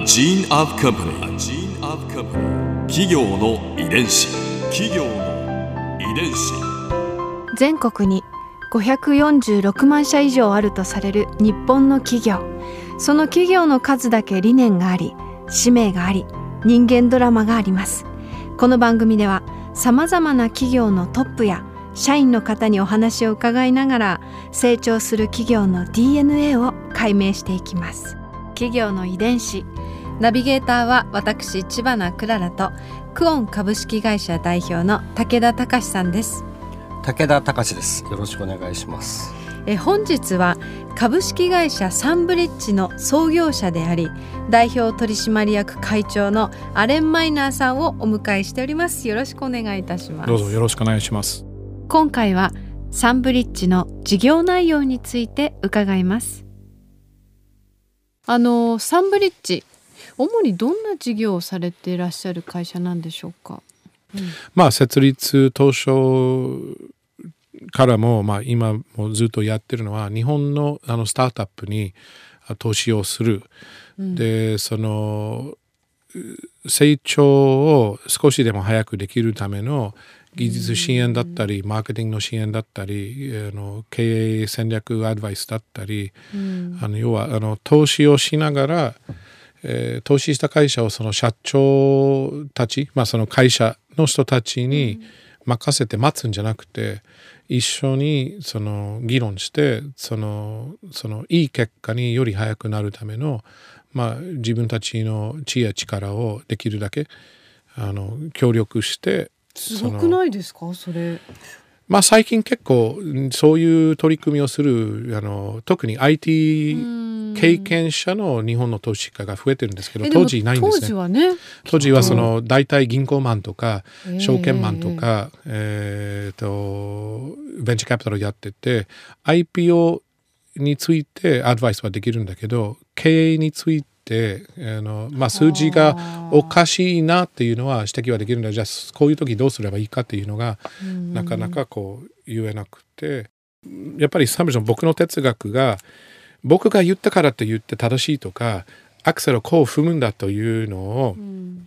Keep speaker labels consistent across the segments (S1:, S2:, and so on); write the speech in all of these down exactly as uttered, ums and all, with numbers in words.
S1: gene of company. A gene of company. 企業の遺伝子。企業の遺伝子。
S2: 全国にごひゃくよんじゅうろくまんしゃ以上あるとされる日本の企業。その企業の数だけ理念があり、使命があり、人間ドラマがあります。この番組ではさまざまな企業のトップや社員の方にお話を伺いながら、成長する企業の ディーエヌエー を解明していきます。企業の遺伝子。ナビゲーターは私、知花クララとクオン株式会社代表の武田隆さんです。
S3: 武田隆です。よろしくお願いします。
S2: え本日は株式会社サンブリッジの創業者であり、代表取締役会長のアレン・マイナーさんをお迎えしております。よろしくお願いいたします。
S4: どうぞよろしくお願いします。
S2: 今回はサンブリッジの事業内容について伺います。あのサンブリッジ、主にどんな事業をされていらっしゃる会社なんでしょうか。
S4: うん、まあ設立当初からも、まあ、今もずっとやってるのは日本の、あのスタートアップに投資をする、うん、でその成長を少しでも早くできるための技術支援だったり、うん、マーケティングの支援だったり、あの経営戦略アドバイスだったり、うん、あの要はあの投資をしながら、えー、投資した会社をその社長たち、まあ、その会社の人たちに任せて待つんじゃなくて、一緒にその議論してそのそのいい結果により早くなるための、まあ、自分たちの知恵力をできるだけあの協力して。
S2: すごくないですかそれ。
S4: まあ、最近結構そういう取り組みをするあの特に アイティー 経験者の日本の投資家が増えてるんですけど、当時いないんですね。
S2: 当時はね、
S4: 当時はその大体銀行マンとか証券マンとか、えー、とベンチャーキャピタルやってて アイピーオー についてアドバイスはできるんだけど、経営についてあの、まあ、数字がおかしいなっていうのは指摘はできるんだ。じゃあこういう時どうすればいいかっていうのがなかなかこう言えなくて、やっぱりサムジョン僕の哲学が僕が言ったからと言って正しいとかアクセルをこう踏むんだというのを、うん、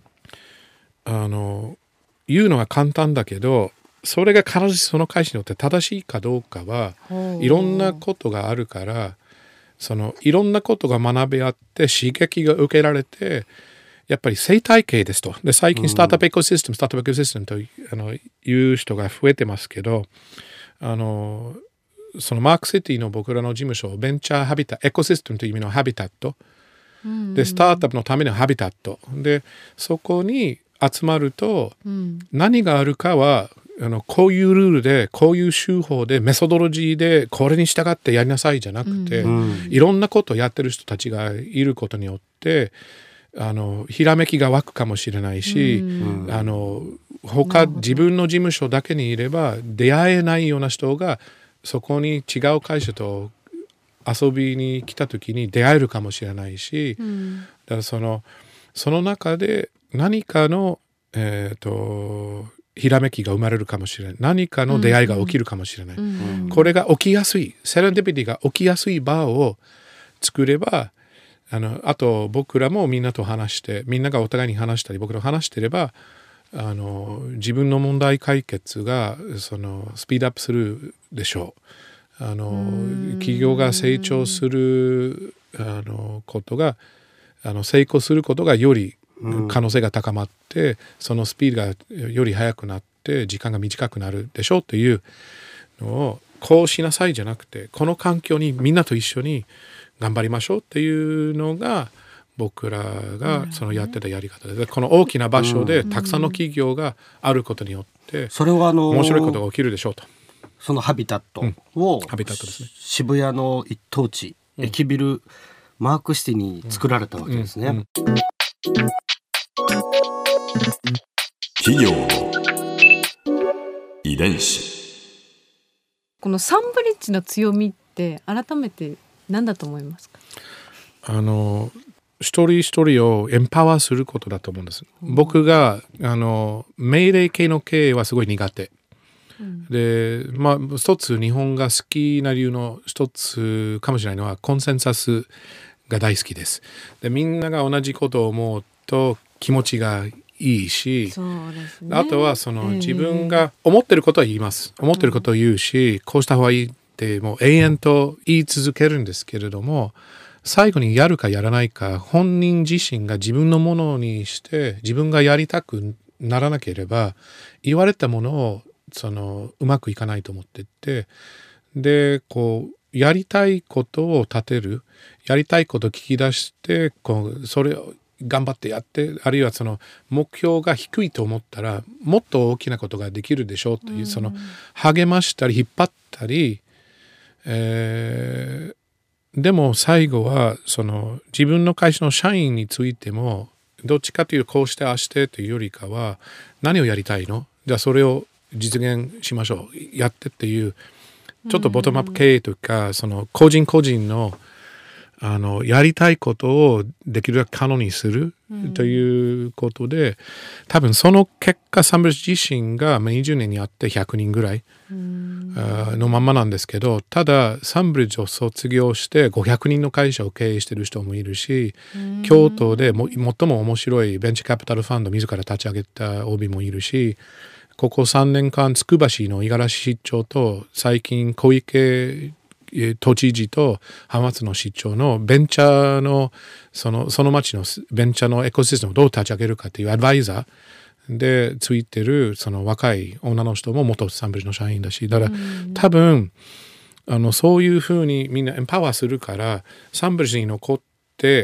S4: あの言うのは簡単だけど、それが必ずその会社によって正しいかどうかはいろんなことがあるから、そのいろんなことが学び合って刺激が受けられて、やっぱり生態系ですと。で最近スタートアップエコシステム、うん、スタートアップエコシステムとあの言う人が増えてますけど、あのそのマークシティの僕らの事務所ベンチャーハビタット、エコシステムという意味のハビタット、うん、でスタートアップのためのハビタットで、そこに集まると、うん、何があるかはあのこういうルールでこういう手法でメソドロジーでこれに従ってやりなさいじゃなくて、うん、いろんなことをやってる人たちがいることによってあのひらめきが湧くかもしれないし、うん、あの他自分の事務所だけにいれば出会えないような人がそこに違う会社と遊びに来た時に出会えるかもしれないし、うん、だからそのその中で何かのえっとひらめきが生まれるかもしれない、何かの出会いが起きるかもしれない、うんうん、これが起きやすいセレンディピティが起きやすい場を作れば、あのあと僕らもみんなと話してみんながお互いに話したり僕ら話してればあの自分の問題解決がそのスピードアップするでしょう。あの企業が成長するあのことがあの成功することがより可能性が高まって、うん、そのスピードがより速くなって時間が短くなるでしょうというのをこうしなさいじゃなくて、この環境にみんなと一緒に頑張りましょうっていうのが僕らがそのやってたやり方で、うん、この大きな場所でたくさんの企業があることによってそれはあの面白いことが起きるでしょうと。
S3: そのハビタットを、うん、
S4: ハビタットですね、
S3: 渋谷の一等地、うん、駅ビルマークシティに作られたわけですね、うんうんうん、
S1: 企業の遺伝子。
S2: このサンブリッジの強みって改めて何だと思いますか。
S4: あの一人一人をエンパワーすることだと思うんです、うん、僕があの命令系の経営はすごい苦手、うん、でまあ一つ日本が好きな理由の一つかもしれないのはコンセンサスが大好きです。でみんなが同じことを思うと気持ちがいいし、
S2: そうですね、
S4: あとはその自分が思ってることは言います。思ってることを言うし、うん、こうした方がいいってもう永遠と言い続けるんですけれども、最後にやるかやらないか本人自身が自分のものにして自分がやりたくならなければ言われたものをそのうまくいかないと思ってって、でこうやりたいことを立てる、やりたいことを聞き出してこうそれを頑張ってやって、あるいはその目標が低いと思ったらもっと大きなことができるでしょうという、うん、その励ましたり引っ張ったり、えーでも最後はその自分の会社の社員についてもどっちかというとこうしてああしてというよりかは、何をやりたいの、じゃあそれを実現しましょう、やってっていうちょっとボトムアップ経営というか、その個人個人のあのやりたいことをできるだけ可能にするということで、多分その結果サンブリッジ自身がにじゅうねんにあってひゃくにんぐらいのまんまなんですけど、ただサンブリッジを卒業してごひゃくにんの会社を経営している人もいるし、京都でも最も面白いベンチャーキャピタルファンド自ら立ち上げた オービー もいるし、ここさんねんかんつくば市の五十嵐市長と最近小池都知事と浜松の市長のベンチャーのそのその町のベンチャーのエコシステムをどう立ち上げるかというアドバイザーでついてるその若い女の人も元サンブリッジの社員だし、だから多分あのそういうふうにみんなエンパワーするからサンブリッジに残って、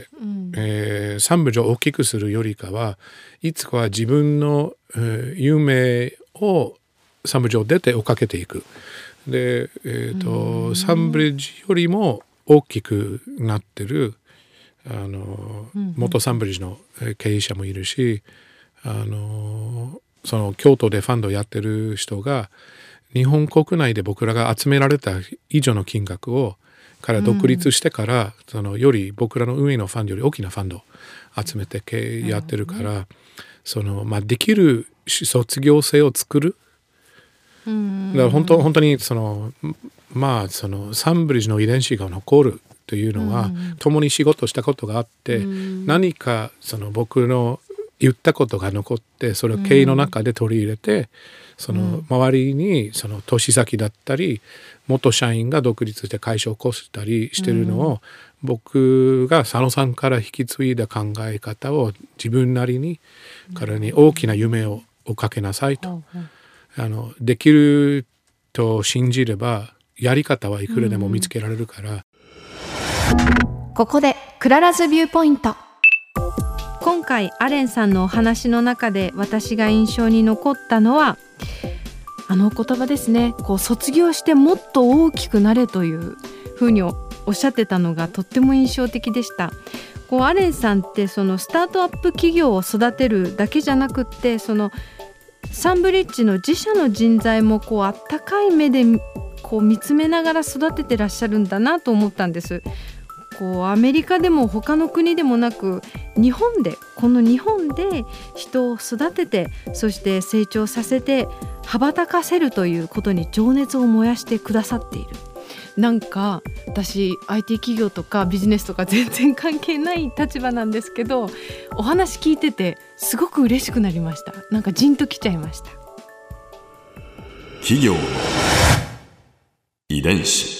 S4: うんえー、サンブリッジを大きくするよりかはいつかは自分の、えー、夢をサンブリッジを出て追っかけていく。で、えーと、サンブリッジよりも大きくなってるあの、うんうん、元サンブリッジの経営者もいるし、あのその京都でファンドをやってる人が日本国内で僕らが集められた以上の金額をから独立してから、うん、そのより僕らの運営のファンドより大きなファンドを集めて経営やってるから、うん、そのまあ、できる卒業生を作る。だから本当本当にそのまあそのサンブリッジの遺伝子が残るというのは、うん、共に仕事したことがあって、うん、何かその僕の言ったことが残ってそれを経営の中で取り入れて、うん、その周りにその投資先だったり元社員が独立して会社を起こしたりしてるのを、うん、僕が佐野さんから引き継いだ考え方を自分なりに彼に大きな夢を追っかけなさいと。うんうんあのできると信じればやり方はいくらでも見つけられるから、うん、
S2: ここでクララズビューポイント。今回アレンさんのお話の中で私が印象に残ったのはあの言葉ですね。こう卒業してもっと大きくなれというふうにおっしゃってたのがとっても印象的でした。こうアレンさんってそのスタートアップ企業を育てるだけじゃなくってそのサンブリッジの自社の人材もこうあったかい目でこう見つめながら育ててらっしゃるんだなと思ったんです。こうアメリカでも他の国でもなく日本でこの日本で人を育ててそして成長させて羽ばたかせるということに情熱を燃やしてくださっている。なんか私 アイティー 企業とかビジネスとか全然関係ない立場なんですけどお話聞いててすごく嬉しくなりました。なんかジンときちゃいました。
S1: 企業の遺伝子。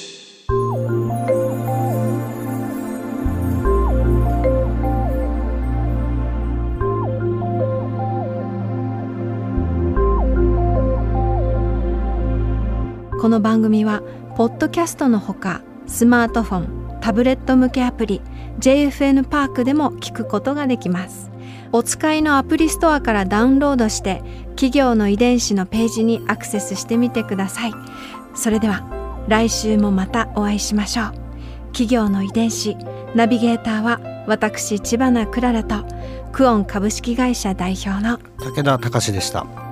S2: この番組はポッドキャストのほかスマートフォン、タブレット向けアプリ ジェイエフエヌ パークでも聞くことができます。お使いのアプリストアからダウンロードして企業の遺伝子のページにアクセスしてみてください。それでは来週もまたお会いしましょう。企業の遺伝子ナビゲーターは私千葉なクララとクオン株式会社代表の
S3: 武田隆でした。